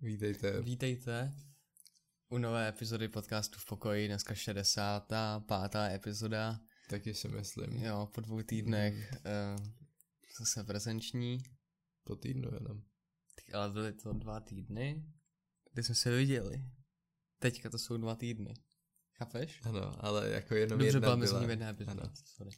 Vítejte u nové epizody podcastu V pokoji, dneska 65. epizoda. Taky si myslím. Jo, po 2 týdnech zase prezenční. Po týdnu jenom. Ale byly to 2 týdny, kdy jsme se viděli. Teďka to jsou 2 týdny. Chápeš? Ano, ale jako jenom dobře, jedna byla. byla. Jedna epizoda.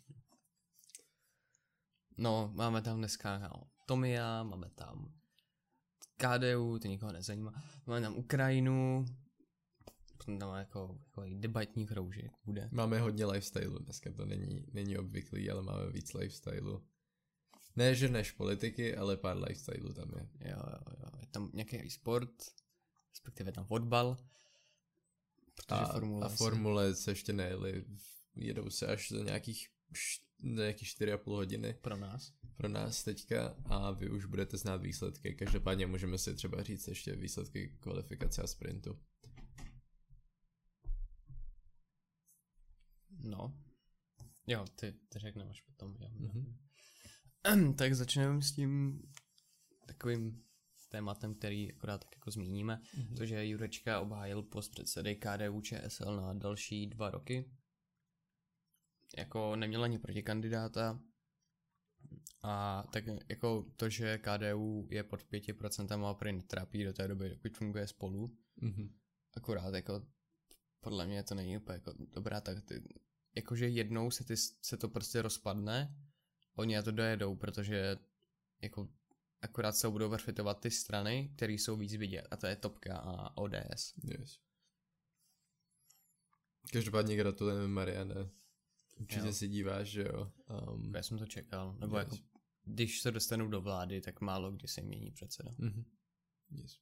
No, máme tam dneska Tomia, máme tam KDU, to nikoho nezajímá. Máme tam Ukrajinu, potom tam jako debatní kroužek bude. Máme hodně lifestyleu, dneska to není obvyklý, ale máme víc lifestyleu. Ne, že než politiky, ale pár lifestyleu tam je. Jo, je tam nějaký sport, respektive tam fotbal. A formule se ještě nejeli, jedou se až za nějakých 4,5 hodiny. Pro nás teďka a vy už budete znát výsledky. Každopádně můžeme si třeba říct ještě výsledky kvalifikace a sprintu. No. Jo, ty řekneme až potom. Jo. Tak začneme s tím takovým tématem, který akorát tak jako zmíníme. To, že Jurečka obhájil post předsedy KDU ČSL na další 2 roky. Jako neměl ani protikandidáta. A tak jako to, že KDU je pod 5% a prý netrápí do té doby, dokud funguje Spolu. Akorát jako podle mě to není úplně jako dobrá taktika. Jakože jednou se to prostě rozpadne, oni na to dojedou, protože jako akorát se budou verfitovat ty strany, které jsou víc vidět, a to je Topka a ODS. Yes. Každopádně gratulujeme, Mariane. Určitě si díváš, že jo. Já jsem to čekal, nebo jako když se dostanou do vlády, tak málo kdy se mění předseda. Yes.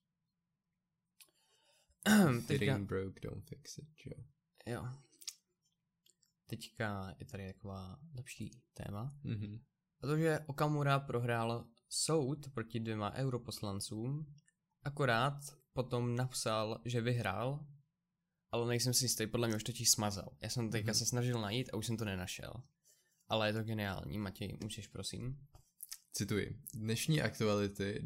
Fitting broke, don't fix it, jo. Teďka je tady taková lepší téma. Protože Okamura prohrál soud proti 2 europoslancům, akorát potom napsal, že vyhrál, ale nejsem si jistý, podle mě už totiž smazal. Já jsem teďka se snažil najít a už jsem to nenašel. Ale je to geniální. Matěj, můžeš prosím? Cituji. Dnešní aktuality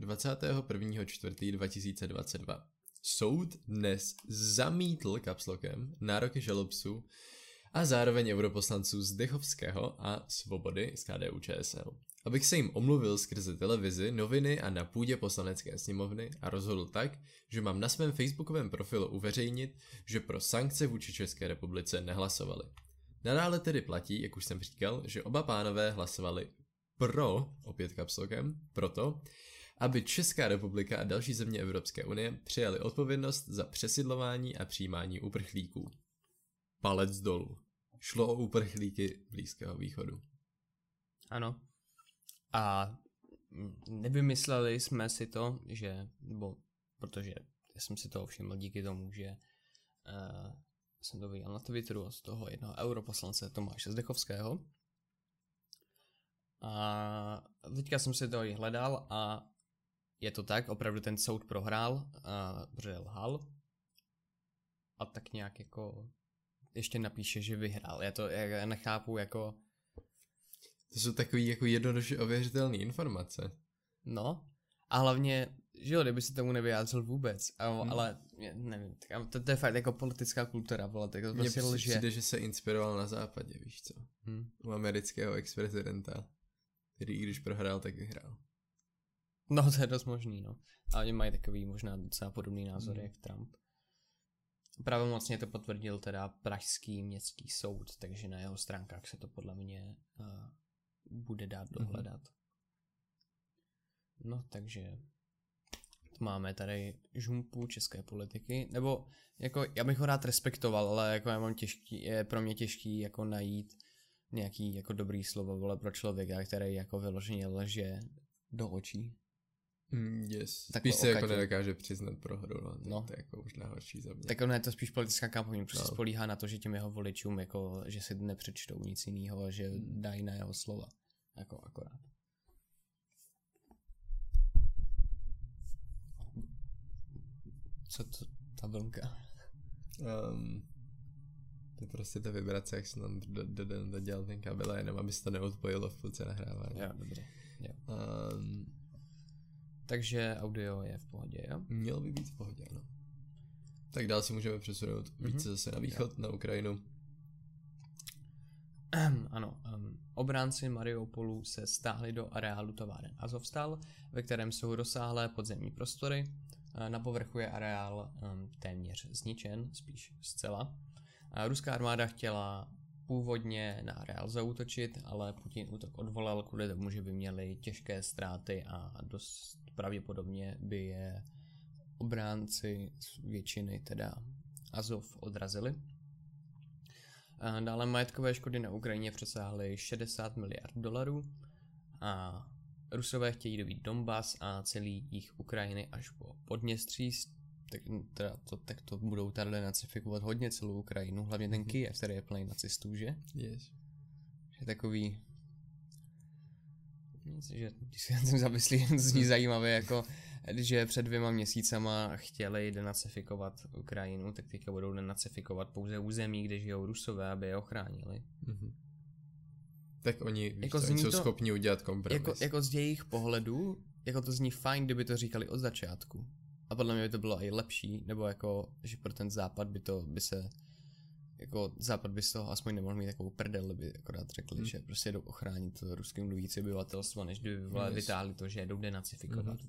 21.4.2022. Soud dnes zamítl kapslokem nároky žalobců a zároveň europoslanců Zdechovského a Svobody z KDU ČSL. Abych se jim omluvil skrze televizi, noviny a na půdě poslanecké sněmovny a rozhodl tak, že mám na svém facebookovém profilu uveřejnit, že pro sankce vůči České republice nehlasovali. Nadále tedy platí, jak už jsem říkal, že oba pánové hlasovali pro, opět kapslokem, proto, aby Česká republika a další země Evropské unie přijali odpovědnost za přesidlování a přijímání uprchlíků. Palec dolů. Šlo o uprchlíky Blízkého východu. Ano. A nevymysleli jsme si to, protože já jsem si to všiml díky tomu, že jsem to viděl na Twitteru od toho jednoho europoslance Tomáše Zdechovského. A teďka jsem si to i hledal a je to tak, opravdu ten soud prohrál, protože lhal. A tak nějak jako ještě napíše, že vyhrál. Já nechápu jako... To jsou takový jako jednoduše ověřitelné informace. No, a hlavně, že jo, kdyby se tomu nevyjádřil vůbec, ale nevím, to je fakt jako politická kultura, vole, tak to prostě lže. Mně přijde, že se inspiroval na západě, víš co? U amerického ex-prezidenta, který když prohrál, tak vyhrál. No, to je dost možný, no. A oni mají takový možná docela podobný názor, jak Trump. Pravomocně to potvrdil teda pražský městský soud, takže na jeho stránkách se to podle mě bude dát dohledat. No, takže máme tady žumpu české politiky, nebo jako já bych ho rád respektoval, ale jako je pro mě těžký jako najít nějaký jako dobrý slovo, vole, pro člověka, který jako vyloženě lže do očí. Yes. Spíš se jako nedokáže přiznat prohru, no. To je jako možná horší za mě. Tak ono je to spíš politická kampaň, protože spolíhá na to, že těm jeho voličům jako, že si nepřečtou nic jiného a že dají na jeho slova. Jako akorát. Co to ta vlnka? To je prostě ta vibrace, jak jsem tam dodělal ten kabel, jenom aby se to neodpojilo v půlce nahrávání. Jo, dobře. Jo. Takže audio je v pohodě, jo? Mělo by být v pohodě, ano. Tak dál si můžeme přesunout více zase na východ, na Ukrajinu. Ano, obránci Mariupolu se stáhli do areálu továren Azovstal, ve kterém jsou rozsáhlé podzemní prostory. Na povrchu je areál téměř zničen, spíš zcela. Ruská armáda chtěla původně na areál zaútočit, ale Putin útok odvolal kvůli tomu, že by měli těžké ztráty a dost pravděpodobně by je obránci z většiny, teda Azov, odrazili. Dále majetkové škody na Ukrajině přesáhly 60 miliard dolarů a Rusové chtějí dobít Donbas a celý jih Ukrajiny až po Podněstří, tak to budou tady nacifikovat hodně celou Ukrajinu, hlavně ten Kyjev, který je plný nacistů, že? Yes. Je takový, že když se tím zamyslím, zní zajímavé, jako že před 2 měsícema chtěli denacifikovat Ukrajinu, tak teďka budou denacifikovat pouze území, kde žijou Rusové, aby je ochránili. Tak oni jako jsou schopni udělat kompromis. Jako z jejich pohledu, jako to zní fajn, kdyby to říkali od začátku. A podle mě by to bylo i lepší, nebo jako, že pro ten západ západ by z toho aspoň nemohl mít takovou prdel, kdyby akorát řekli, že prostě jdou ochránit to ruským mluvící obyvatelstvo, než kdyby vytáhli to, že jdou denacifikovat.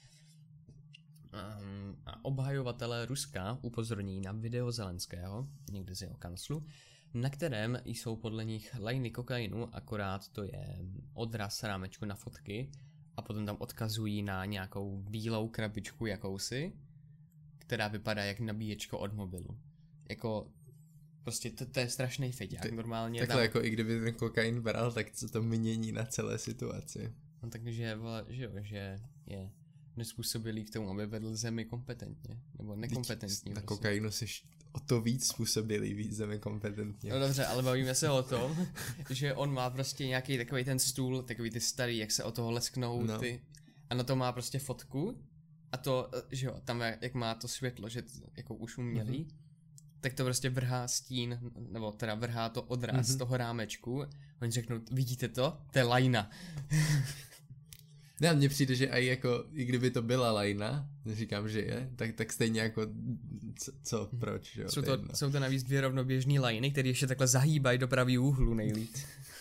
A obhajovatelé Ruska upozorní na video Zelenského, někde z jeho kanclu, na kterém jsou podle nich lajny kokainu, akorát to je odraz rámečku na fotky a potom tam odkazují na nějakou bílou krabičku jakousi, která vypadá jak nabíječko od mobilu. Jako prostě to je strašný feďák normálně. Takhle tam, jako i kdyby ten kokain bral, tak co to mění na celé situaci. No takže že je nespůsobilý k tomu, aby vedl zemi kompetentně, nebo nekompetentní. Na kokainu jsi o to víc způsobilý, víc zemi kompetentně. No dobře, ale bavíme se o tom, že on má prostě nějaký takový ten stůl, takový ty starý, jak se o toho lesknou ty, a na to má prostě fotku a to, že jo, tam jak má to světlo, že jako už umělý, tak to prostě vrhá stín, nebo teda vrhá to odraz z toho rámečku, oni řeknou, vidíte to? To je lajna. Ne, mně přijde, že i kdyby to byla lajna, neříkám, že je, tak stejně jako, proč, jo? Jsou to navíc 2 rovnoběžný lajny, které ještě takhle zahýbají do pravý úhlu nejlíp.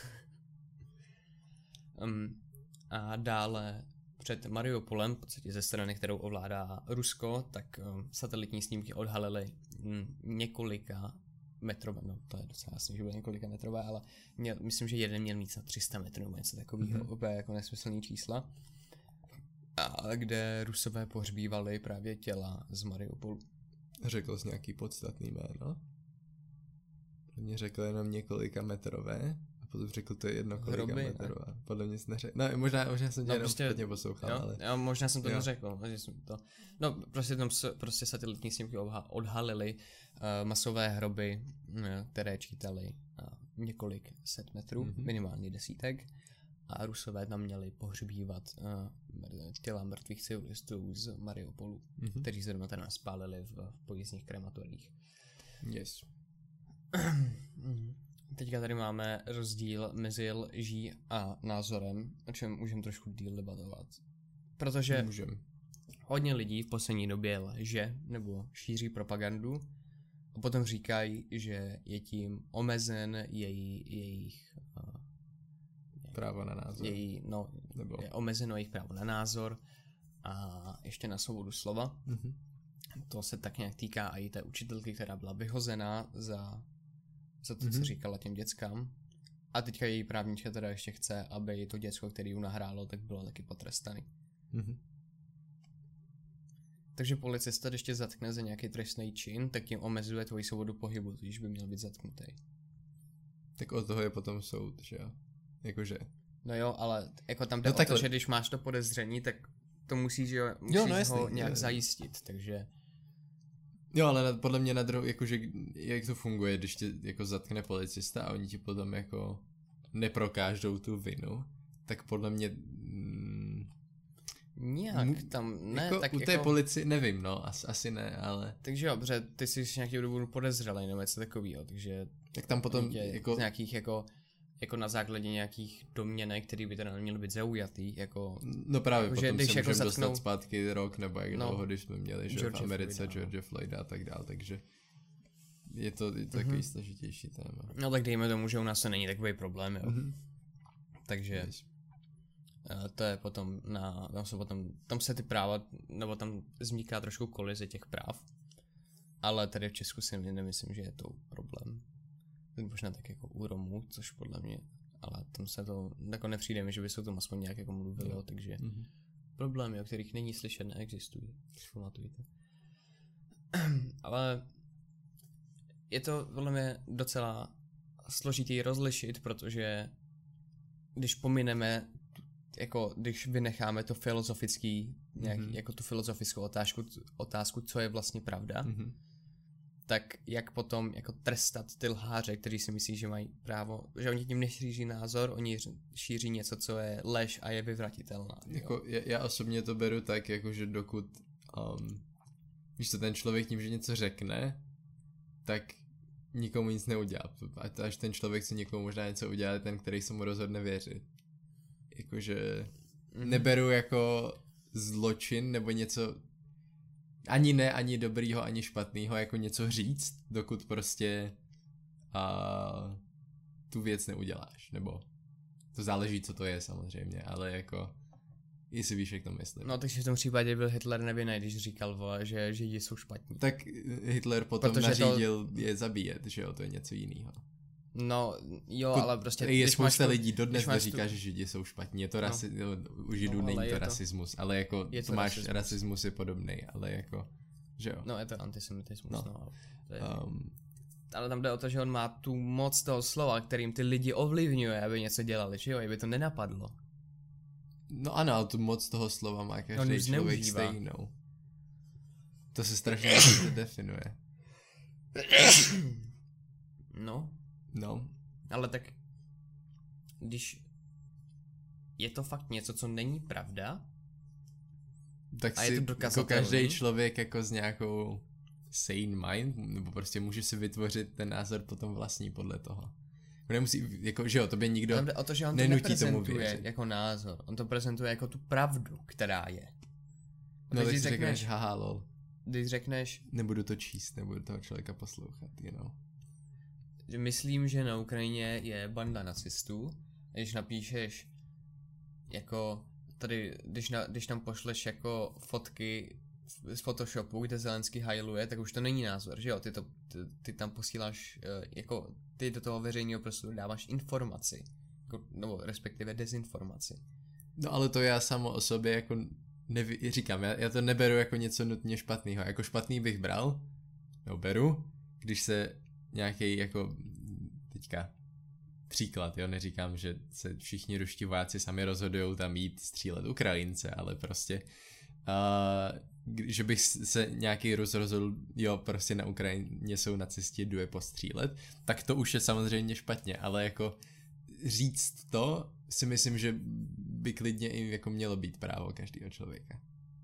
A dále před Mariupolem, v podstatě ze strany, kterou ovládá Rusko, tak satelitní snímky odhalily několika metrové, no to je docela jasný, že bude několika metrové, ale myslím, že jeden měl mít na 300 metrů, nebo něco takového, úplně jako nesmyslný čísla, a kde Rusové pohřbívali právě těla z Mariupolu. Řekl jsi nějaký podstatný jméno? Mě řekl jenom několika metrové, a potom řekl to je jedno kolika metrové. Podle mě jsi neřekl. No možná jsem tě jenom špatně poslouchal, ale... Jo, možná jsem to neřekl, že jsem to... No prostě satelitní snímky odhalily masové hroby, které čítaly několik set metrů, minimálně desítek, a Rusové tam měli pohřbívat těla mrtvých civilistů z Mariupolu, kteří se doma teda spálili v pojízdních krematoriích. Yes. Teďka tady máme rozdíl mezi lží a názorem, o čem můžeme trošku díl debatovat. Protože hodně lidí v poslední době lže nebo šíří propagandu a potom říkají, že je tím omezen jejich právo na názor. Je omezeno jejich právo na názor a ještě na svobodu slova. To se tak nějak týká i té učitelky, která byla vyhozená za to, co říkala těm dětskám. A teďka její právnička teda ještě chce, aby to děcko, který ji nahrálo, tak bylo taky potrestaný. Takže policista, když tě zatkne za nějaký trestný čin, tak tím omezuje tvoji svobodu pohybu, když by měl být zatknutý. Tak od toho je potom soud, že jo? Jakože. No jo, ale jako tam jde o to, že když máš to podezření, tak to musíš ho nějak zajistit, takže... Jo, ale podle mě na druhou, jakože jak to funguje, když tě jako zatkne policista a oni ti potom jako neprokážou tu vinu, tak podle mě... Nějak tam, ne, jako, tak u té jako... policii, nevím, no, asi ne, ale... Takže jo, protože ty jsi nějaký dobu podezřelej nebo něco takovýho, takže... Tak tam potom jako... Z nějakých jako jako na základě nějakých domněnek, který by teda neměly být zaujatý, jako... No právě, jako, potom se jako můžeme dostat zpátky rok, nebo jak dlouho, když jsme měli, že v Americe George Floyda a tak dále, takže je to takový složitější téma. No tak dejme tomu, že u nás to není takový problém, jo. Takže to je potom tam se ty práva, nebo tam vzniká trošku kolize těch práv, ale tady v Česku si nemyslím, že je to problém. Možná tak jako u Romů, což podle mě, ale tam se to jako nepřijde mi, že by se o tom aspoň nějak jako mluvilo, takže problémy, o kterých není slyšet, neexistují, pamatujte. Ale je to podle mě docela složitý rozlišit, protože když pomineme, jako když vynecháme to filozofický, nějaký, jako tu filozofickou otázku, co je vlastně pravda, tak jak potom jako trestat ty lháře, kteří si myslí, že mají právo, že oni tím nešíří názor, oni šíří něco, co je lež a je vyvratitelná. Jako já osobně to beru tak, jako že dokud když to ten člověk tím, že něco řekne, tak nikomu nic neudělá. Až ten člověk si někomu možná něco udělá, ten, který se mu rozhodne věřit. Jakože neberu jako zločin nebo něco ani dobrýho, ani špatného, jako něco říct, dokud prostě tu věc neuděláš, nebo to záleží, co to je samozřejmě, ale jako jestli víš, jak to myslím. No takže v tom případě byl Hitler nevinný, když říkal, že Židi jsou špatní. Tak Hitler potom nařídil je zabíjet, že jo, to je něco jiného. No jo, ale prostě... Je spousta lidí dodnes říká, že Židi jsou špatní, je to u Židů není to rasismus, ale jako to máš rasismus je podobný, ale jako, že jo. No je to antisemitismus, ale tam jde o to, že on má tu moc toho slova, kterým ty lidi ovlivňuje, aby něco dělali, že jo, aby to nenapadlo. No ano, ale tu moc toho slova má každý člověk stejnou. To se strašně definuje. No. Ale tak, když je to fakt něco, co není pravda, tak si jako každý člověk jako s nějakou sane mind, nebo prostě může si vytvořit ten názor potom vlastní podle toho. Nemusí, jako, že jo, tobě nikdo nenutí tomu věřit. o to, že on to neprezentuje jako názor, on to prezentuje jako tu pravdu, která je. No tak si řekneš, haha, lol. Když řekneš... Nebudu to číst, nebudu toho člověka poslouchat, you know. Myslím, že na Ukrajině je banda nacistů, když napíšeš jako tady, když tam pošleš jako fotky z Photoshopu, kde Zelenský hajluje, tak už to není názor, že jo, ty tam posíláš, jako ty do toho veřejného prostoru dáváš informaci, jako, nebo respektive dezinformaci. No ale to já samo o sobě jako říkám, já to neberu jako něco nutně špatného, jako špatný bych bral, beru, když se nějaký jako teďka příklad, jo, neříkám, že se všichni ruští vojáci sami rozhodujou tam jít střílet Ukrajince, ale prostě že bych se nějaký rozhodl, jo, prostě na Ukrajině jsou nacisti, jdu je postřílet, tak to už je samozřejmě špatně, ale jako říct to si myslím, že by klidně i jako mělo být právo každého člověka.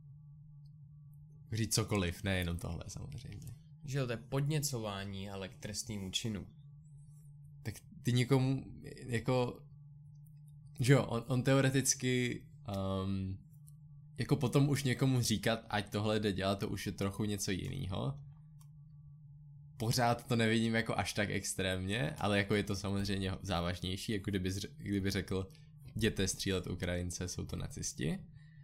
Říct cokoliv, nejenom tohle samozřejmě. Že jo, to je podněcování, ale k trestnému činu. Tak ty někomu, jako, že jo, on teoreticky, jako potom už někomu říkat, ať tohle jde dělat, to už je trochu něco jiného. Pořád to nevidím jako až tak extrémně, ale jako je to samozřejmě závažnější, jako kdyby řekl, jděte střílet Ukrajince, jsou to nacisti.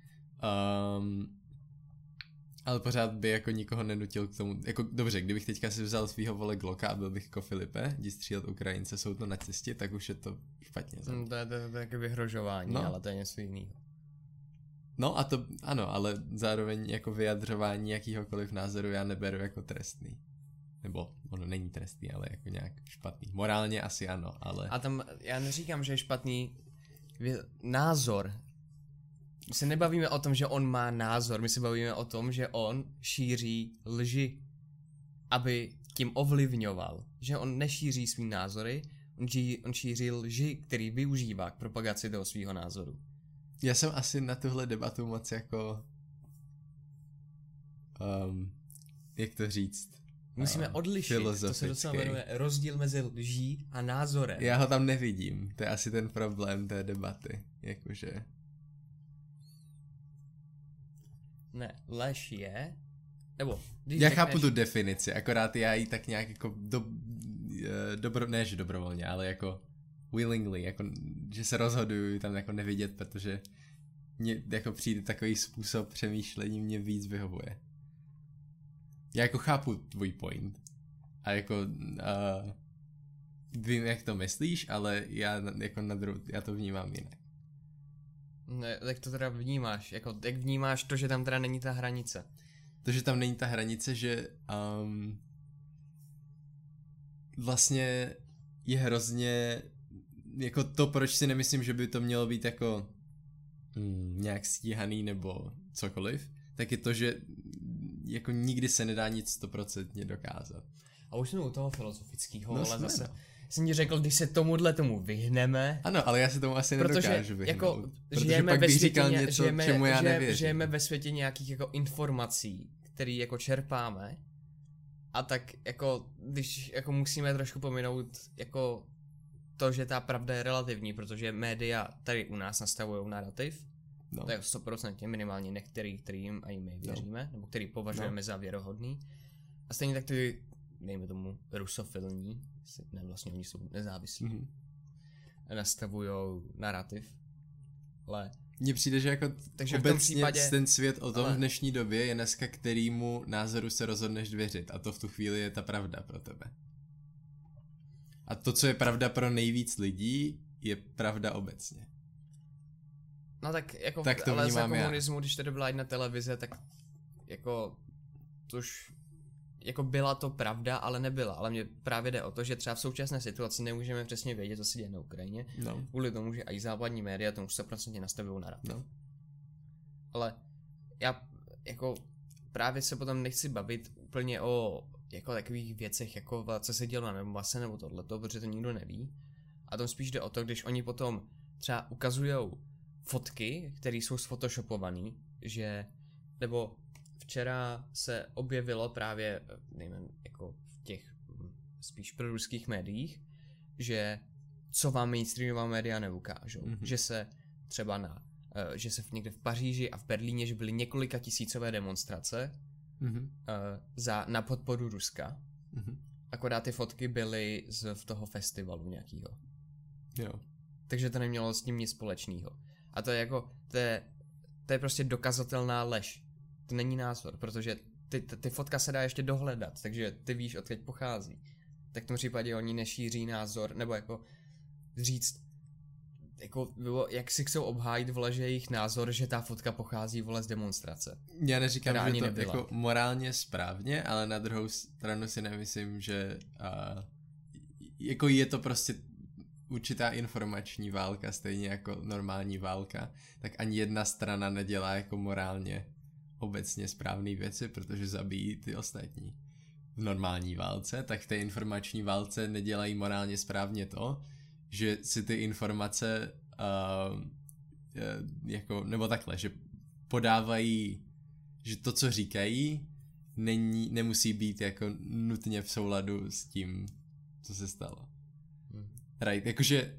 Ale pořád by jako nikoho nenutil k tomu, jako dobře, kdybych teďka si vzal svýho vole Glocka a byl bych jako Filipe, jdi střílet Ukrajince, jsou to nacisti, tak už je to špatně. To je také vyhrožování, ale to je něco jiného. No a to, ano, ale zároveň jako vyjadřování jakýhokoliv názoru já neberu jako trestný. Nebo ono není trestný, ale jako nějak špatný. Morálně asi ano, ale... A tam, já neříkám, že je špatný názor. My se nebavíme o tom, že on má názor, my se bavíme o tom, že on šíří lži, aby tím ovlivňoval. Že on nešíří svý názory, on šíří lži, který využívá k propagaci toho svýho názoru. Já jsem asi na tuhle debatu moc jako... jak to říct? Musíme odlišit, to se docela jmenuje rozdíl mezi lží a názorem. Já ho tam nevidím, to je asi ten problém té debaty, jakože. Ne, lež je, nebo... Já chápu tu definici, akorát já ji tak nějak jako ne, že dobrovolně, ale jako willingly, jako, že se rozhoduju tam jako nevidět, protože mně jako přijde takový způsob přemýšlení mě víc vyhovuje. Já jako chápu tvůj point a jako vím, jak to myslíš, ale já jako já to vnímám jinak. Ne, jak to teda vnímáš? Jako, jak vnímáš to, že tam teda není ta hranice? To, že tam není ta hranice, že vlastně je hrozně jako to, proč si nemyslím, že by to mělo být jako nějak stíhaný nebo cokoliv, tak je to, že jako nikdy se nedá nic 100% dokázat. A už jsme u toho filozofického, ale zase jsem ti řekl, když se tomu vyhneme. Ano, ale já se tomu asi nedokážu vyhnout. Jako protože pak bych říkal něco, čemu já nevěřím. Žijeme ve světě nějakých jako informací, které jako čerpáme. A tak jako, když jako musíme trošku pominout jako to, že ta pravda je relativní, protože média tady u nás nastavují narrativ. No. To je 100% minimálně některý, kterým i my věříme, nebo který považujeme za věrohodný. A stejně tak ty, dejme tomu, rusofilní, ne vlastně oni jsou nezávislí, nastavujou narrativ. Ale... Mně přijde, že jako takže obecně případě... ten svět o tom v dnešní době je dneska, kterýmu názoru se rozhodneš věřit. A to v tu chvíli je ta pravda pro tebe. A to, co je pravda pro nejvíc lidí, je pravda obecně. No tak jako, tak to ale za komunismu, když tady byla jedna televize, tak jako, tož, jako byla to pravda, ale nebyla. Ale mně právě jde o to, že třeba v současné situaci nemůžeme přesně vědět, co se děje na Ukrajině. No. Kvůli tomu, že i západní média tomu 100% nastavují narrativ. No. Ale já jako právě se potom nechci bavit úplně o jako takových věcech, jako co se dělo na Donbase nebo tohleto, protože to nikdo neví. A tam spíš jde o to, když oni potom třeba ukazujou fotky, které jsou sfotoshopované, že, nebo včera se objevilo právě, nevím, jako v těch spíš proruských médiích, že co vám mainstreamová média neukážou, že se třeba že se někde v Paříži a v Berlíně, že byly několika tisícové demonstrace na podporu Ruska, akorát ty fotky byly z toho festivalu nějakého. Jo. Takže to nemělo s tím nic společného. A to je jako, to je prostě dokazatelná lež. To není názor, protože ty fotka se dá ještě dohledat, takže ty víš, odkud pochází. Tak v tom případě oni nešíří názor, nebo jako říct, jako, jak si chcou obhájit, vole, že jejich názor, že ta fotka pochází, vole, z demonstrace. Já neříkám, že to jako morálně správně, ale na druhou stranu si nemyslím, že jako je to prostě určitá informační válka, stejně jako normální válka, tak ani jedna strana nedělá jako morálně obecně správné věci, protože zabíjí ty ostatní. V normální válce, tak v té informační válce nedělají morálně správně to, že si ty informace jako, nebo takhle, že podávají, že to, co říkají, nemusí být jako nutně v souladu s tím, co se stalo. Right, jakože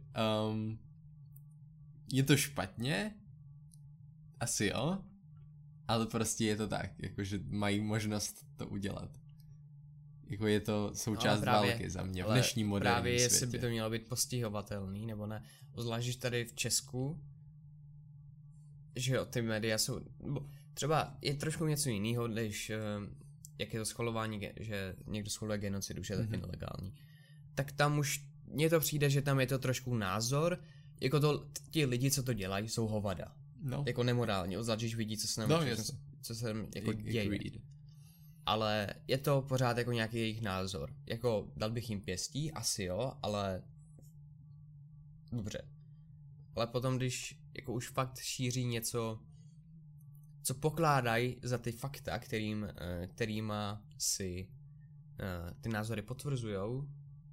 je to špatně, asi jo, ale prostě je to tak, jakože mají možnost to udělat. Jako je to součást války za mě v dnešní moderní právě světě. Jestli by to mělo být postihovatelný, nebo ne. Zvlášť tady v Česku, že jo, ty média jsou, třeba je trošku něco jiného, než jak je to schvalování, že někdo schvaluje genocidu, že je taky nelegální. Tak tam už mně to přijde, že tam je to trošku názor, jako to, ti lidi, co to dělají, jsou hovada. No. Jako nemorální, obzvlášť, když vidí, co se jako děje. Ale je to pořád jako nějaký jejich názor. Jako dal bych jim pěstí, asi jo, ale dobře. Ale potom, když jako už fakt šíří něco, co pokládají za ty fakta, kterýma si ty názory potvrzujou,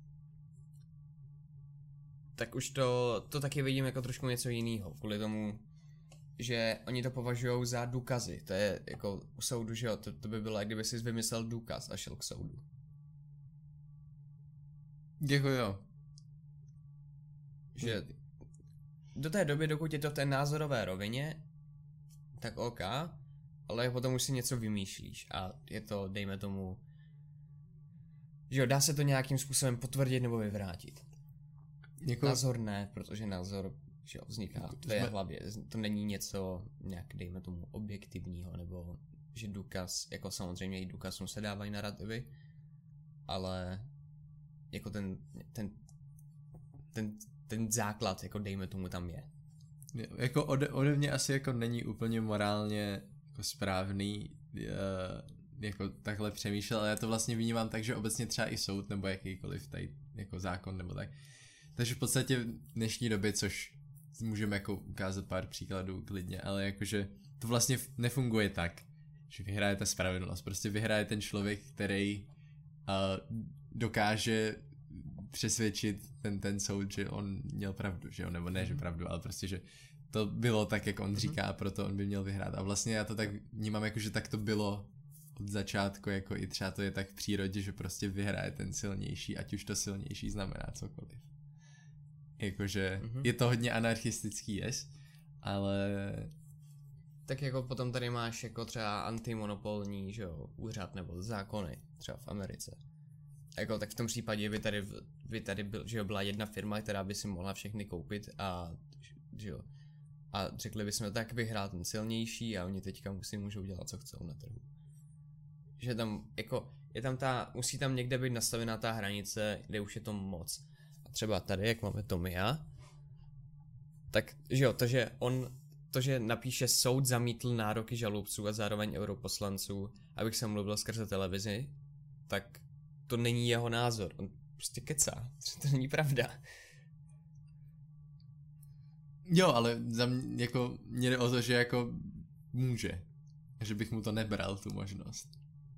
tak už to taky vidím jako trošku něco jiného. Kvůli tomu, že oni to považují za důkazy. To je jako u soudu, že jo, to by bylo, jak kdyby jsi vymyslel důkaz a šel k soudu. Jako jo. Že do té doby, dokud je to v té názorové rovině, tak OK, ale potom už si něco vymýšlíš a je to, dejme tomu, že jo, dá se to nějakým způsobem potvrdit nebo vyvrátit. Jako... Názor ne, protože názor, že jo, vzniká v tvé hlavě. To není něco nějak, dejme tomu, objektivního, nebo že důkaz, jako samozřejmě i důkazům se dávají narrativy, ale jako ten základ, jako dejme tomu, tam je. Jako ode mě asi jako není úplně morálně jako správný jako takhle přemýšlel, ale já to vlastně vnímám tak, že obecně třeba i soud nebo jakýkoliv tady jako zákon nebo tak. Takže v podstatě v dnešní době, což můžeme jako ukázat pár příkladů klidně, ale jakože to vlastně nefunguje tak, že vyhraje ta spravedlnost. Prostě vyhraje ten člověk, který dokáže přesvědčit ten soud, že on měl pravdu, že jo, nebo ne, že pravdu, ale prostě, že to bylo tak, jak on říká, a proto on by měl vyhrát. A vlastně já to tak vnímám, jako že tak to bylo od začátku, jako i třeba to je tak v přírodě, že prostě vyhraje ten silnější, ať už to silnější znamená cokoliv. Jakože je to hodně anarchistický, yes, ale... Tak jako potom tady máš jako třeba antimonopolní, že jo, úřad nebo zákony, třeba v Americe. Jako tak v tom případě by tady byl, že jo, byla jedna firma, která by si mohla všechny koupit a, že jo, a řekli bychom, tak vyhrál ten silnější a oni teďka můžou dělat, co chcou na trhu. Že tam, jako, musí tam někde být nastavená ta hranice, kde už je to moc. A třeba tady, jak máme Tomia, tak, že jo, to, že napíše soud zamítl nároky žalobců a zároveň europoslanců, abych se mluvil skrze televizi, tak to není jeho názor. On prostě kecá. To není pravda. Jo, ale jako mě jde o to, že jako může. Že bych mu to nebral, tu možnost.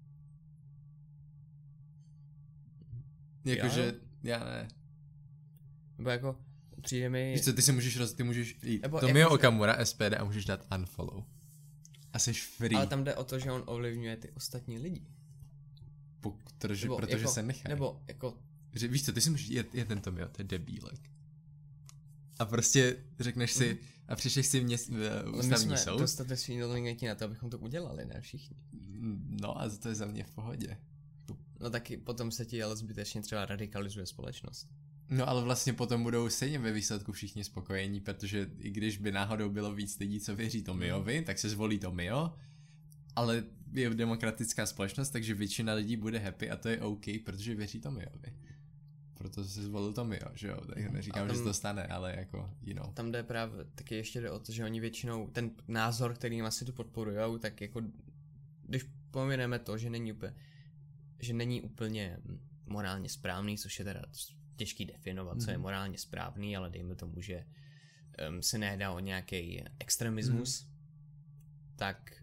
Jakože, já ne. Nebo jako, přijde mi... Víš co, ty můžeš jít nebo Tomio jako, Okamura, SPD a můžeš dát unfollow. A jsi free. Ale tam jde o to, že on ovlivňuje ty ostatní lidi. Protože jako, se nechají. Nebo jako... Víš co, ty si můžeš, je ten Tomio, to je debílek. A prostě řekneš si, a přišleš si ústavní soud. Dostatečně inteligentní na to, abychom to udělali, ne všichni. No a to je za mě v pohodě. No taky potom se ti ale zbytečně třeba radikalizuje společnost. No ale vlastně potom budou stejně ve výsledku všichni spokojení, protože i když by náhodou bylo víc lidí, co věří Tomiovi, tak se zvolí Tomio, ale je demokratická společnost, takže většina lidí bude happy a to je OK, protože věří Tomiovi. Proto se zvolil Tomio, že jo, tak neříkám, že se to stane, ale jako, Tam jde právě, taky ještě jde o to, že oni většinou, ten názor, kterým asi to podporujou, tak jako, když pomineme to, že není úplně morálně správný, což je teda těžký definovat, co je morálně správný, ale dejme tomu, že se nejedná o nějaký extremismus, tak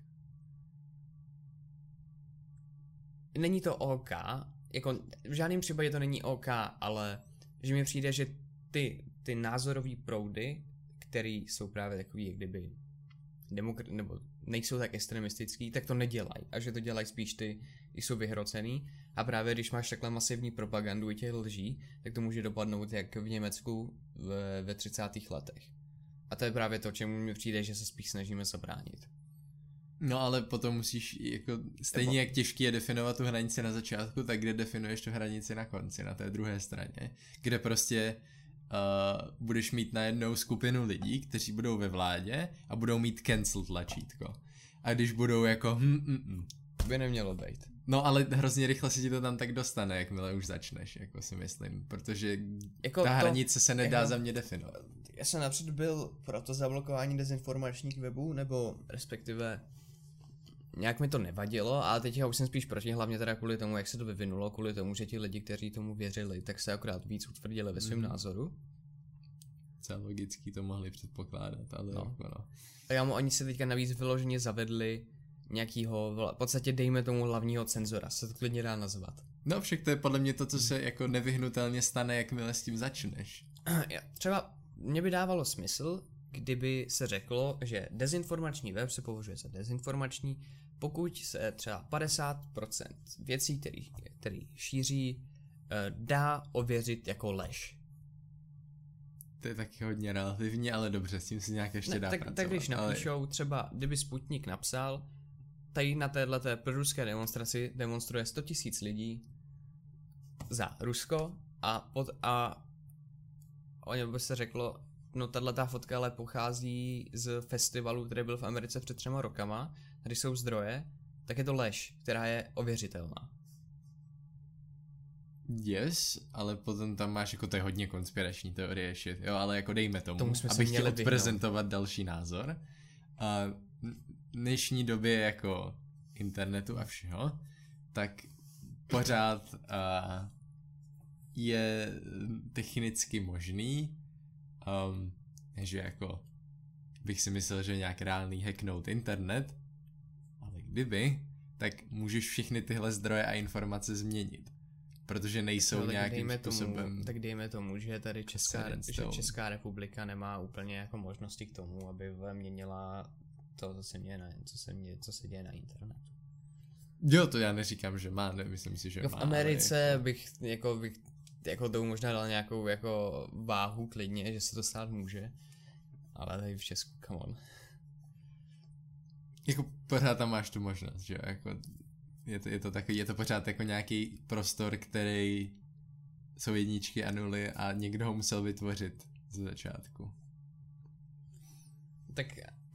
není to OK, jako v žádném případě to není OK, ale že mi přijde, že ty názorový proudy, které jsou právě takový, jak kdyby nebo nejsou tak extremistický, tak to nedělají. A že to dělají spíš ty, jsou vyhrocený. A právě když máš takhle masivní propagandu i těch lží, tak to může dopadnout jak v Německu ve 30. letech. A to je právě to, čemu mi přijde, že se spíš snažíme zabránit. No ale potom musíš, jako stejně jak těžký je definovat tu hranici na začátku, tak kde definuješ tu hranici na konci, na té druhé straně, kde prostě budeš mít najednou skupinu lidí, kteří budou ve vládě a budou mít cancel tlačítko. A když budou jako by nemělo být. No ale hrozně rychle se ti to tam tak dostane, jakmile už začneš, jako si myslím, protože jako ta hranice se nedá za mě definovat. Já jsem napřed byl pro to zablokování dezinformačních webů, nebo respektive nějak mi to nevadilo, ale teď já už jsem spíš proti, hlavně teda kvůli tomu, jak se to vyvinulo, kvůli tomu, že ti lidi, kteří tomu věřili, tak se akorát víc utvrdili ve svém názoru. Celé logický to mohli předpokládat, ale no. Oni se teďka navíc vyloženě zavedli nějakýho, v podstatě dejme tomu hlavního cenzora, se to klidně dá nazvat. No však to je podle mě to, co se jako nevyhnutelně stane, jakmile s tím začneš. Třeba mě by dávalo smysl, kdyby se řeklo, že dezinformační web se považuje za dezinformační, pokud se třeba 50% věcí, který šíří dá ověřit jako lež. To je taky hodně relativní, ale dobře, s tím si nějak ještě dá pracovat. Tak když napíšou, třeba kdyby Sputnik napsal, tady na téhleté proruské demonstraci demonstruje 100 000 lidí za Rusko a o něm by se řeklo, no tato fotka ale pochází z festivalu, který byl v Americe před 3 rokama, tady jsou zdroje, tak je to lež, která je ověřitelná. Yes, ale potom tam máš jako to je hodně konspirační teorie shit, jo, ale jako dejme tomu abych chtěl odprezentovat další názor. A v dnešní době jako internetu a všeho, tak pořád je technicky možný, že jako bych si myslel, že nějak reálný hacknout internet, ale kdyby, tak můžeš všechny tyhle zdroje a informace změnit. Protože nejsou no, nějakým způsobem... Tak dejme tomu, že tady Česká republika nemá úplně jako možnosti k tomu, aby měnila to, co se děje na internetu. Jo, to já neříkám, že má, nemyslím si, že jako má. V Americe ale... bych tomu možná dal nějakou jako váhu klidně, že se to stát může. Ale tady v Česku, come on. Jako pořád tam máš tu možnost, že jo, jako... Je to pořád jako nějaký prostor, který jsou jedničky a nuly a někdo ho musel vytvořit ze začátku. Tak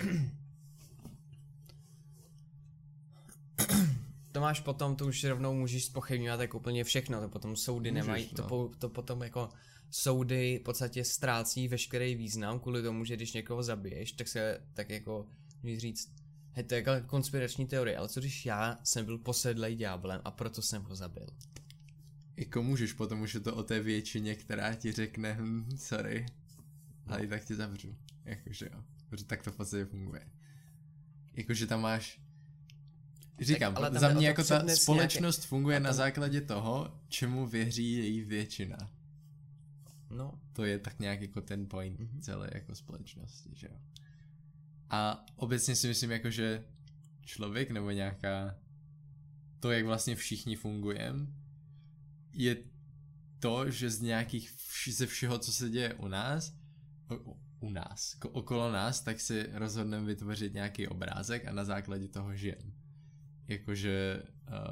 to máš potom, to už rovnou můžeš zpochybňovat jako úplně všechno, to potom soudy můžeš, nemají, to potom jako soudy v podstatě ztrácí veškerý význam kvůli tomu, že když někoho zabiješ, tak jako můžeš říct, hej, to je jako konspirační teorie, ale co když já jsem byl posedlej ďáblem a proto jsem ho zabil? Jako můžeš, potom už je to o té většině, která ti řekne, sorry, ale i tak tě zavřu. Jakože jo, protože tak to v podstatě funguje. Jakože tam máš, říkám, tak, za mě jako ta společnost nějaké... funguje na základě toho, čemu věří její většina. No. To je tak nějak jako ten point celé jako společnosti, že jo. A obecně si myslím jako, že člověk nebo nějaká to, jak vlastně všichni fungujeme, je to, že ze všeho, co se děje okolo nás, tak si rozhodneme vytvořit nějaký obrázek a na základě toho žijeme. Jakože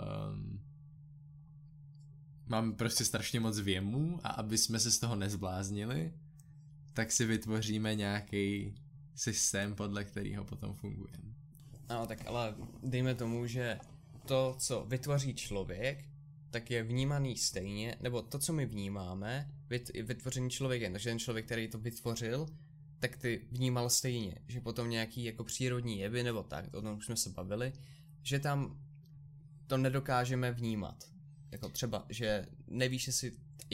máme prostě strašně moc věmů a aby jsme se z toho nezbláznili, tak si vytvoříme nějaký systém, podle kterého potom funguje. No tak ale dejme tomu, že to, co vytvoří člověk, tak je vnímaný stejně, nebo to, co my vnímáme, vytvoření člověkem, takže ten člověk, který to vytvořil, tak ty vnímal stejně, že potom nějaký jako přírodní jevy, nebo tak, o tom už jsme se bavili, že tam to nedokážeme vnímat. Jako třeba, že nevíš, jestli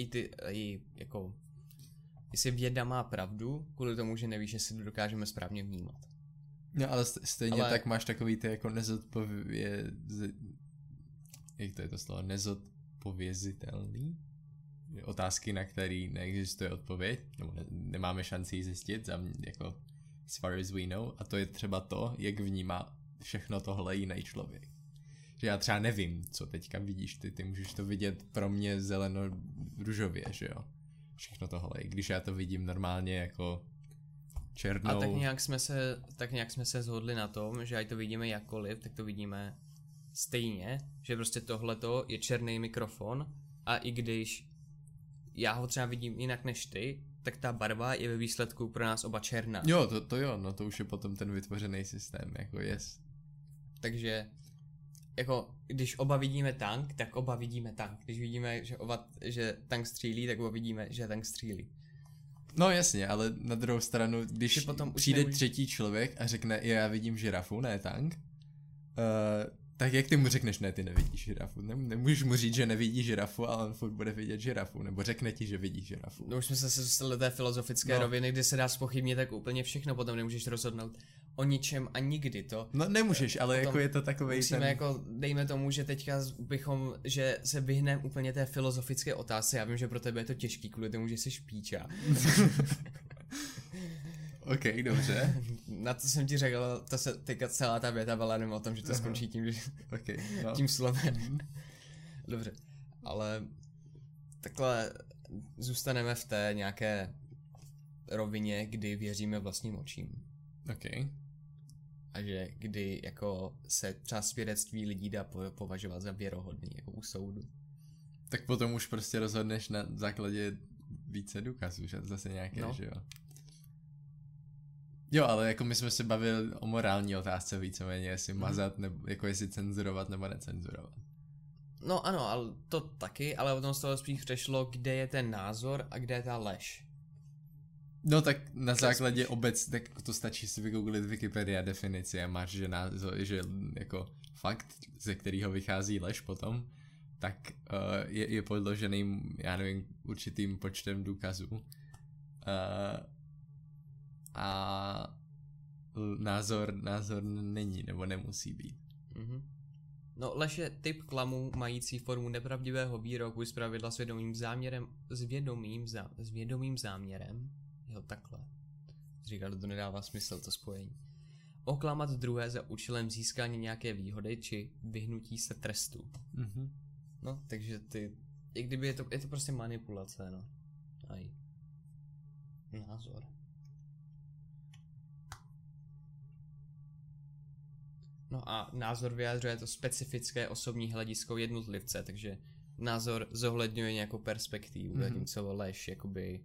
jestli věda má pravdu, kvůli tomu, že nevíš, jestli to dokážeme správně vnímat. No ale stejně tak máš takový ty jako jak to je to slovo? Nezodpovězitelný? Otázky, na který neexistuje odpověď, nebo nemáme šanci ji zjistit, jako as far as we know, a to je třeba to, jak vnímá všechno tohle jiný člověk. Že já třeba nevím, co teďka vidíš ty můžeš to vidět pro mě zeleno-ružově, že jo? Všechno tohle, i když já to vidím normálně jako černou. A tak nějak jsme se shodli na tom, že ať to vidíme jakkoliv, tak to vidíme stejně, že prostě tohleto je černý mikrofon a i když já ho třeba vidím jinak než ty, tak ta barva je ve výsledku pro nás oba černá. Jo, to jo, no to už je potom ten vytvořený systém, jako yes. Takže jako, když oba vidíme tank, tak oba vidíme tank. Když vidíme, že tank střílí, tak oba vidíme, že tank střílí. No jasně, ale na druhou stranu, když potom přijde třetí člověk a řekne, já vidím žirafu, ne tank, tak jak ty mu řekneš, ne, ty nevidíš žirafu? Nemůžeš mu říct, že nevidí žirafu, ale on furt bude vidět žirafu, nebo řekne ti, že vidí žirafu. No už jsme se dostali do té filozofické roviny, kde se dá zpochybnit tak úplně všechno, potom nemůžeš rozhodnout o ničem a nikdy to. No nemůžeš, ale jako je to takovej musíme jako, dejme tomu, že teďka že se vyhneme úplně té filozofické otázce, já vím, že pro tebe je to těžký, kvůli tomu, že jsi špíča. OK, dobře. Na to jsem ti řekl, to se teďka celá ta věta byla jenom o tom, že to skončí tím, že okay, no. tím slovem. Dobře, ale takhle zůstaneme v té nějaké rovině, kdy věříme vlastním očím. OK. A že kdy jako se třeba svědectví lidí dá považovat za věrohodný, jako u soudu. Tak potom už prostě rozhodneš na základě více důkazů, že zase nějaké, no. Že jo. Jo, ale jako my jsme se bavili o morální otázce víceméně, jestli mazat, nebo jako jestli cenzurovat nebo necenzurovat. No ano, ale to taky, ale potom z toho spíš přešlo, kde je ten názor a kde je ta lež. No tak na základě tak to stačí si vygooglit Wikipedia definici a máš, že jako fakt, ze kterého vychází lež potom, tak je podloženým, já nevím, určitým počtem důkazů. A názor není, nebo nemusí být. Mm-hmm. No, lež je typ klamu mající formu nepravdivého výroku zpravidla s vědomým záměrem. Jo, takhle. Říkal, to nedává smysl, to spojení. Oklamat druhé za účelem získání nějaké výhody či vyhnutí se trestu. Mm-hmm. No, takže i kdyby je to prostě manipulace, no. Aj. Názor. No a názor vyjadřuje to specifické osobní hledisko jednotlivce, takže názor zohledňuje nějakou perspektivu, zatímco lež jakoby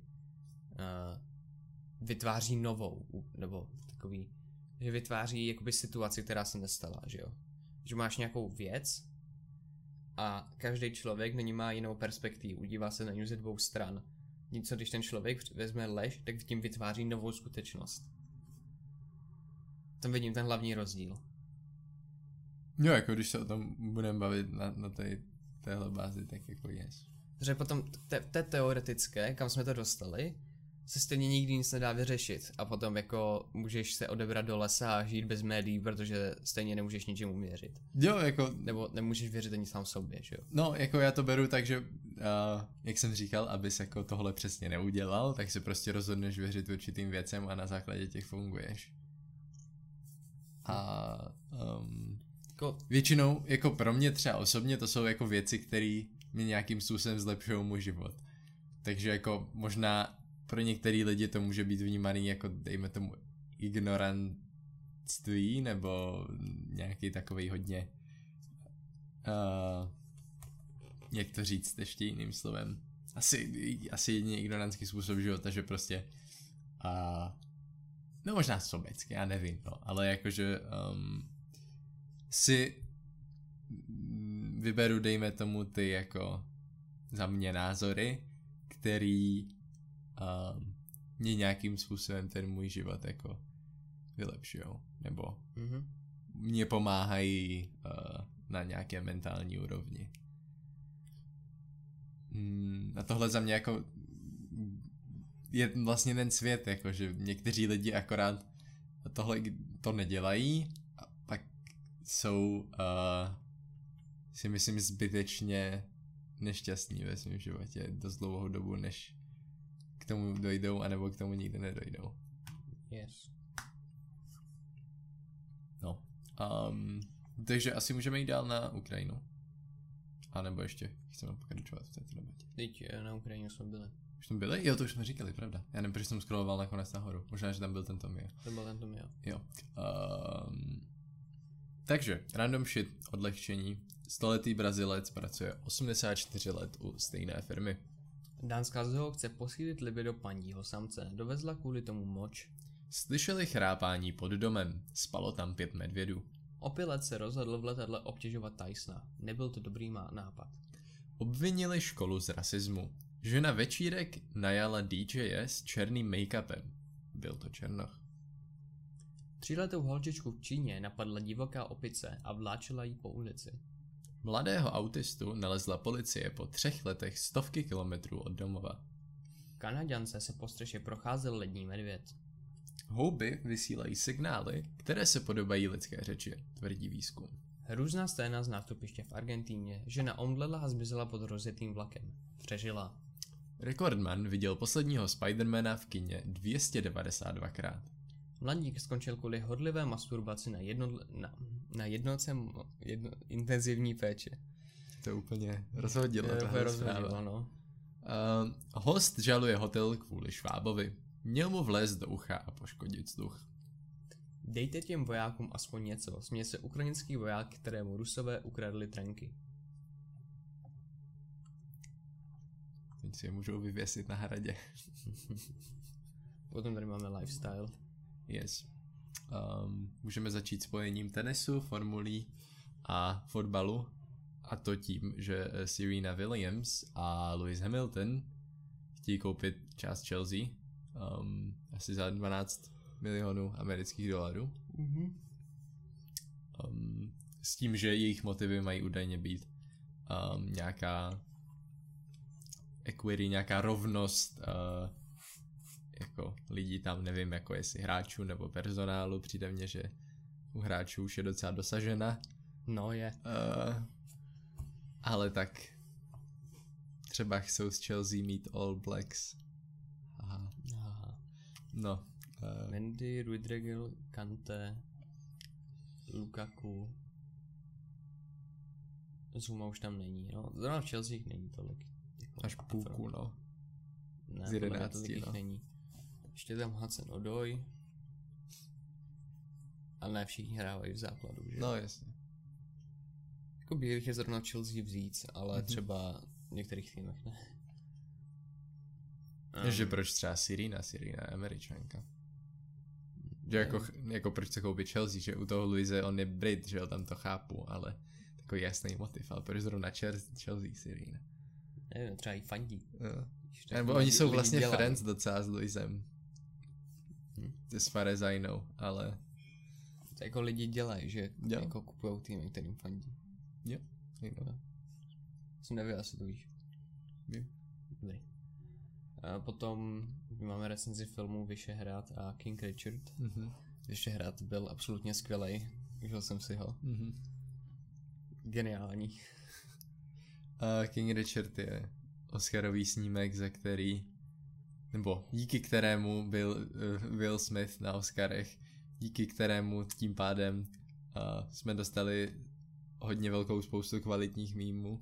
vytváří novou, nebo takový, že vytváří jakoby situaci, která se nestala, že jo. Že máš nějakou věc a každý člověk na ní má jinou perspektivu, dívá se na ní ze dvou stran. Něco, když ten člověk vezme lež, tak tím vytváří novou skutečnost. Tam vidím ten hlavní rozdíl. Jo, jako když se o tom budeme bavit na téhle bázi, tak jako yes. Takže potom té teoretické, kam jsme to dostali, se stejně nikdy nic nedá vyřešit a potom jako můžeš se odebrat do lesa a žít bez médií, protože stejně nemůžeš ničemu věřit. Jo, jako... Nebo nemůžeš věřit ani sám sobě, že jo? No, jako já to beru tak, že jak jsem říkal, abys jako tohle přesně neudělal, tak se prostě rozhodneš věřit určitým věcem a na základě těch funguješ. A většinou, jako pro mě třeba osobně, to jsou jako věci, které mi nějakým způsobem zlepšují můj život. Takže jako možná pro některý lidi to může být vnímaný jako, dejme tomu, ignorantství, nebo nějaký takovej hodně, jak to říct ještě jiným slovem, asi jediný ignorantský způsob života, že prostě, no možná sobecký, já nevím, no, ale jakože si vyberu, dejme tomu, ty jako za mě názory, který mě nějakým způsobem ten můj život jako vylepšujou, nebo mě pomáhají na nějaké mentální úrovni. A tohle za mě jako je vlastně ten svět, jako že někteří lidi akorát tohle to nedělají a pak jsou si myslím zbytečně nešťastní ve svém životě dost dlouhou dobu, než k tomu dojdou, anebo k tomu nikdy nedojdou. Yes. No. Takže asi můžeme jít dál na Ukrajinu. A nebo ještě chceme pokračovat v této debatě. Teď na Ukrajině jsme byli. Už tam byli? Jo, to už jsme říkali, pravda. Já nevím, proč jsem scrolloval nakonec nahoru. Možná, že tam byl ten Tomio. To byl ten Tomio. Jo. Takže, random shit, odlehčení. 100letý Brazilec pracuje 84 let u stejné firmy. Dánská zoo chce posílit libido paního samce. Dovezla kvůli tomu moč. Slyšeli chrápání pod domem. Spalo tam 5 medvědů. Opilec se rozhodl v letadle obtěžovat Tysona. Nebyl to dobrý nápad. Obvinili školu z rasismu. Žena večírek najala DJe s černým make-upem. Byl to černoch. 3letou holčičku v Číně napadla divoká opice a vláčela jí po ulici. Mladého autistu nalezla policie po 3 letech stovky kilometrů od domova. Kanaďance se po střeše procházel lední medvěd. Houby vysílají signály, které se podobají lidské řeči, tvrdí výzkum. Hrůzná scéna z nástupiště v Argentíně. Žena omdlela a zmizela pod rozjetým vlakem. Přežila. Rekordman viděl posledního Spidermana v kině 292krát. Mladík skončil kvůli hodlivé masturbaci na jednotce intenzivní péče. To úplně rozhodilo. No. Host žaluje hotel kvůli Švábovi. Měl mu vlézt do ucha a poškodit sluch. Dejte těm vojákům aspoň něco. Směje se ukrajinský voják, kterému Rusové ukradli tanky. Teď si je můžou vyvěsit na hradě. Potom tady máme lifestyle. Yes. Můžeme začít spojením tenisu, formulí a fotbalu. A to tím, že Serena Williams a Lewis Hamilton chtějí koupit část Chelsea. Asi za 12 milionů amerických dolarů. S tím, že jejich motivy mají údajně být nějaká equity, nějaká rovnost jako lidí tam, nevím, jako jestli hráčů nebo personálu. Přijde mně, že u hráčů už je docela dosažena. No je. Ale tak třeba chcou z Chelsea mít All Blacks. Aha. No. Mendy, Rudiger, Kante, Lukaku. Zuma už tam není, no. Zrovna v Chelsea není tolik. Jako až půlku, no. Ne, z 11, no. Není. Ještě tam Hudson Odoi. Ale ne všichni hrávají v základu, že? No jasně. Jako bych je zrovna Chelsea vzít, ale třeba v některých týmech ne. Že proč třeba Serena je Američanka. Že jako proč se koupit Chelsea, že u toho Luise on je Brit, že jo, tam to chápu, ale takový jasný motiv, ale proč zrovna Chelsea Serena? Nevím, třeba i fandí. No. Nebo oni jsou vlastně friends docela s Luisem. As far as I know, ale... To jako lidi dělají, že jako kupujou týmy, kterým fandí. Jo. Jsem nevěděl, asi to víš. Jo. A potom máme recenzi filmu Vyšehrad a King Richard. Vyšehrad byl absolutně skvělej. Užil jsem si ho. Geniální. King Richard je Oscarový snímek, díky kterému byl Will Smith na Oscarech, díky kterému tím pádem jsme dostali hodně velkou spoustu kvalitních mýmů.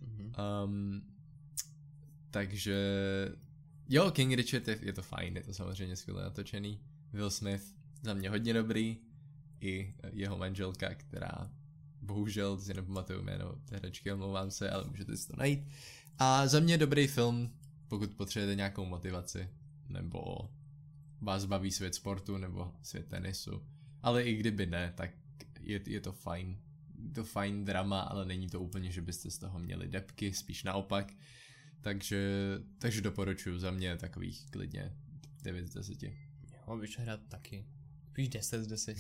Takže jo, King Richard je to fajn, je to samozřejmě skvěle natočený. Will Smith za mě hodně dobrý, i jeho manželka, která bohužel si nepamatuju jméno té herečky, omlouvám se, ale můžete si to najít. A za mě dobrý film, pokud potřebujete nějakou motivaci, nebo vás baví svět sportu, nebo svět tenisu. Ale i kdyby ne, tak je to fajn. Je to fajn drama, ale není to úplně, že byste z toho měli depky, spíš naopak. Takže doporučuji, za mě takových klidně 9 z 10. Jo, Vyšehrad taky. Spíš 10 z 10.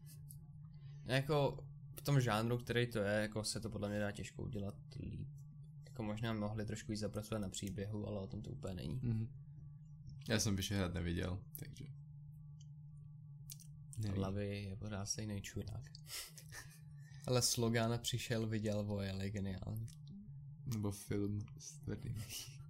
Jako v tom žánru, který to je, jako se to podle mě dá těžko udělat líp. Jako možná mohli trošku víc zapracovat na příběhu, ale o tom to úplně není. Já jsem Vyšehrad neviděl, takže... Hlavy je pořád stejný čurák. Ale slogan přišel, viděl, vojel, je geniální. Nebo film s tvrdým.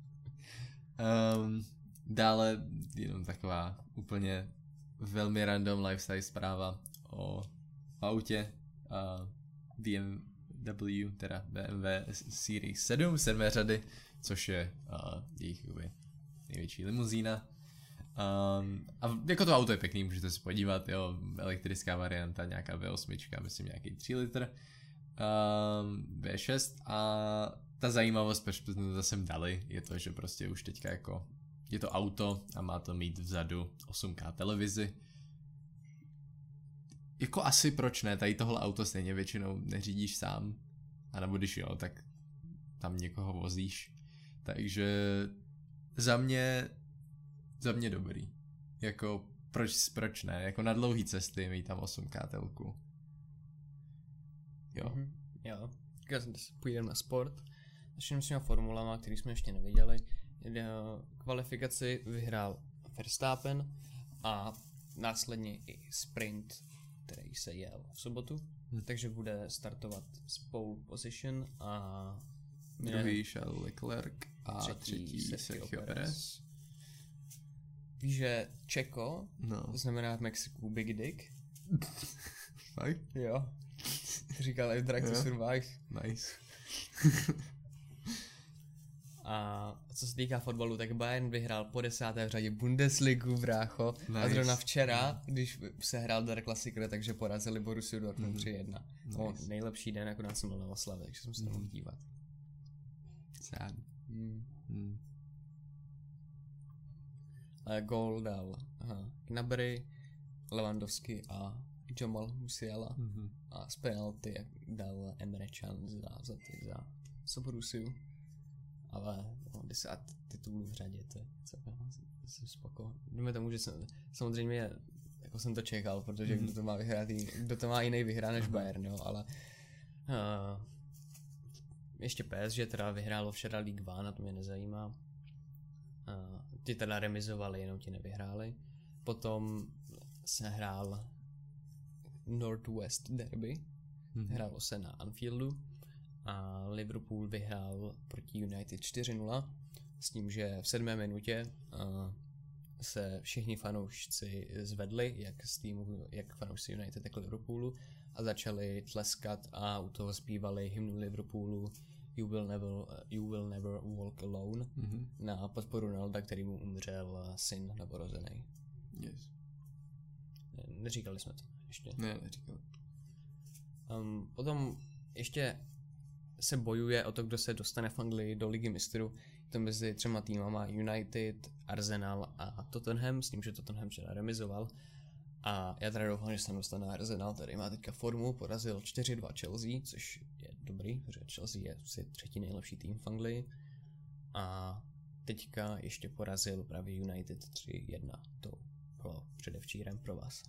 Dále jenom taková úplně velmi random lifestyle zpráva o autě BMW, teda BMW Series 7 řady, což je jejich největší limuzína. A jako to auto je pěkný, můžete se podívat, jo, elektrická varianta, nějaká V8, myslím nějaký 3 litr, V6 a ta zajímavost, proč jsme to zase dali, je to, že prostě už teďka jako je to auto a má to mít vzadu 8K televizi. Jako asi proč ne, tady tohle auto stejně většinou neřídíš sám, anebo když jo, tak tam někoho vozíš. Takže za mě dobrý. Jako proč ne, jako na dlouhý cesty mít tam 8K telku. Jo. Jo. Půjdeme na sport. Začneme s těma formulama, který jsme ještě neviděli. Kvalifikaci vyhrál Verstappen a následně i sprint, který se jel v sobotu. Takže bude startovat z pole position a druhý Charles Leclerc a třetí Sergio Perez. Víš, že Čeko znamená v Mexiku Big Dick? Fakt? Jo. Říkal i v Drive to Survive. Nice. A co se týká fotbalu, tak Bayern vyhrál po 10. v řadě Bundesligu, brácho. Nice. A zrovna včera, když se hrál Der Klassiker, takže porazili Borussiu Dortmund 3-1. Nice. Nejlepší den, akorát jsem byl na oslavě, takže jsem se nemohl dívat. Sad. Gól dal Gnabry, Lewandowski a Jamal Musiala. A z penalty dal Emre Can za Borussiu. Ale 10 titulů v řadě, to je jsem spoko. Jdeme tomu, že samozřejmě jako jsem to čekal, protože kdo to má vyhrát, kdo to má jiný vyhrát než Bayern, jo, ale ještě PSG teda vyhrálo včera Ligue 1, na to mě nezajímá. Ti teda remizovali, jenom ti nevyhráli. Potom se hrál Northwest Derby, hrálo se na Anfieldu. A Liverpool vyhrál proti United 4-0 s tím, že v 7. minutě se všichni fanoušci zvedli, jak fanoušci United, tak Liverpoolu, a začali tleskat a u toho zpívali hymnu Liverpoolu You will never walk alone na podporu Ronalda, který mu umřel syn novorozený. Yes. Neříkali jsme to ještě. Ne, neříkali. Potom ještě se bojuje o to, kdo se dostane v Anglii do Ligy mistrů. To mezi 3 týmama United, Arsenal a Tottenham, s tím, že Tottenham včera remizoval. A já teda doufám, že se tam dostane Arsenal, který má teďka formu, porazil 4-2 Chelsea, což je dobrý, protože Chelsea je asi 3. nejlepší tým v Anglii. A teďka ještě porazil právě United 3-1. To bylo předevčírem pro vás.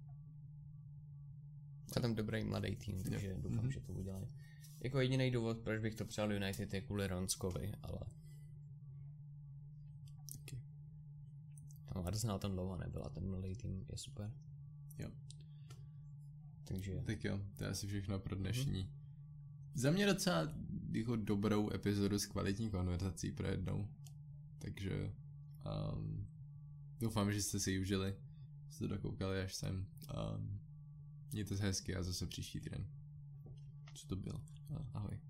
A tam dobrý mladý tým, takže doufám, že to udělají. Jako jediný důvod, proč bych to přál United, je kvůli Ronskovi, ale... Okay. Arsenal tam dlouho nebyl a ten mladý tým je super. Jo. Takže... Tak jo, to je asi všechno pro dnešní. Za mě docela jako dobrou epizodu s kvalitní konverzací pro jednou. Takže doufám, že jste si ji užili. Jste to dokoukali až sem. Mějte se hezky a zase příští týden. Co to bylo? Ahoj.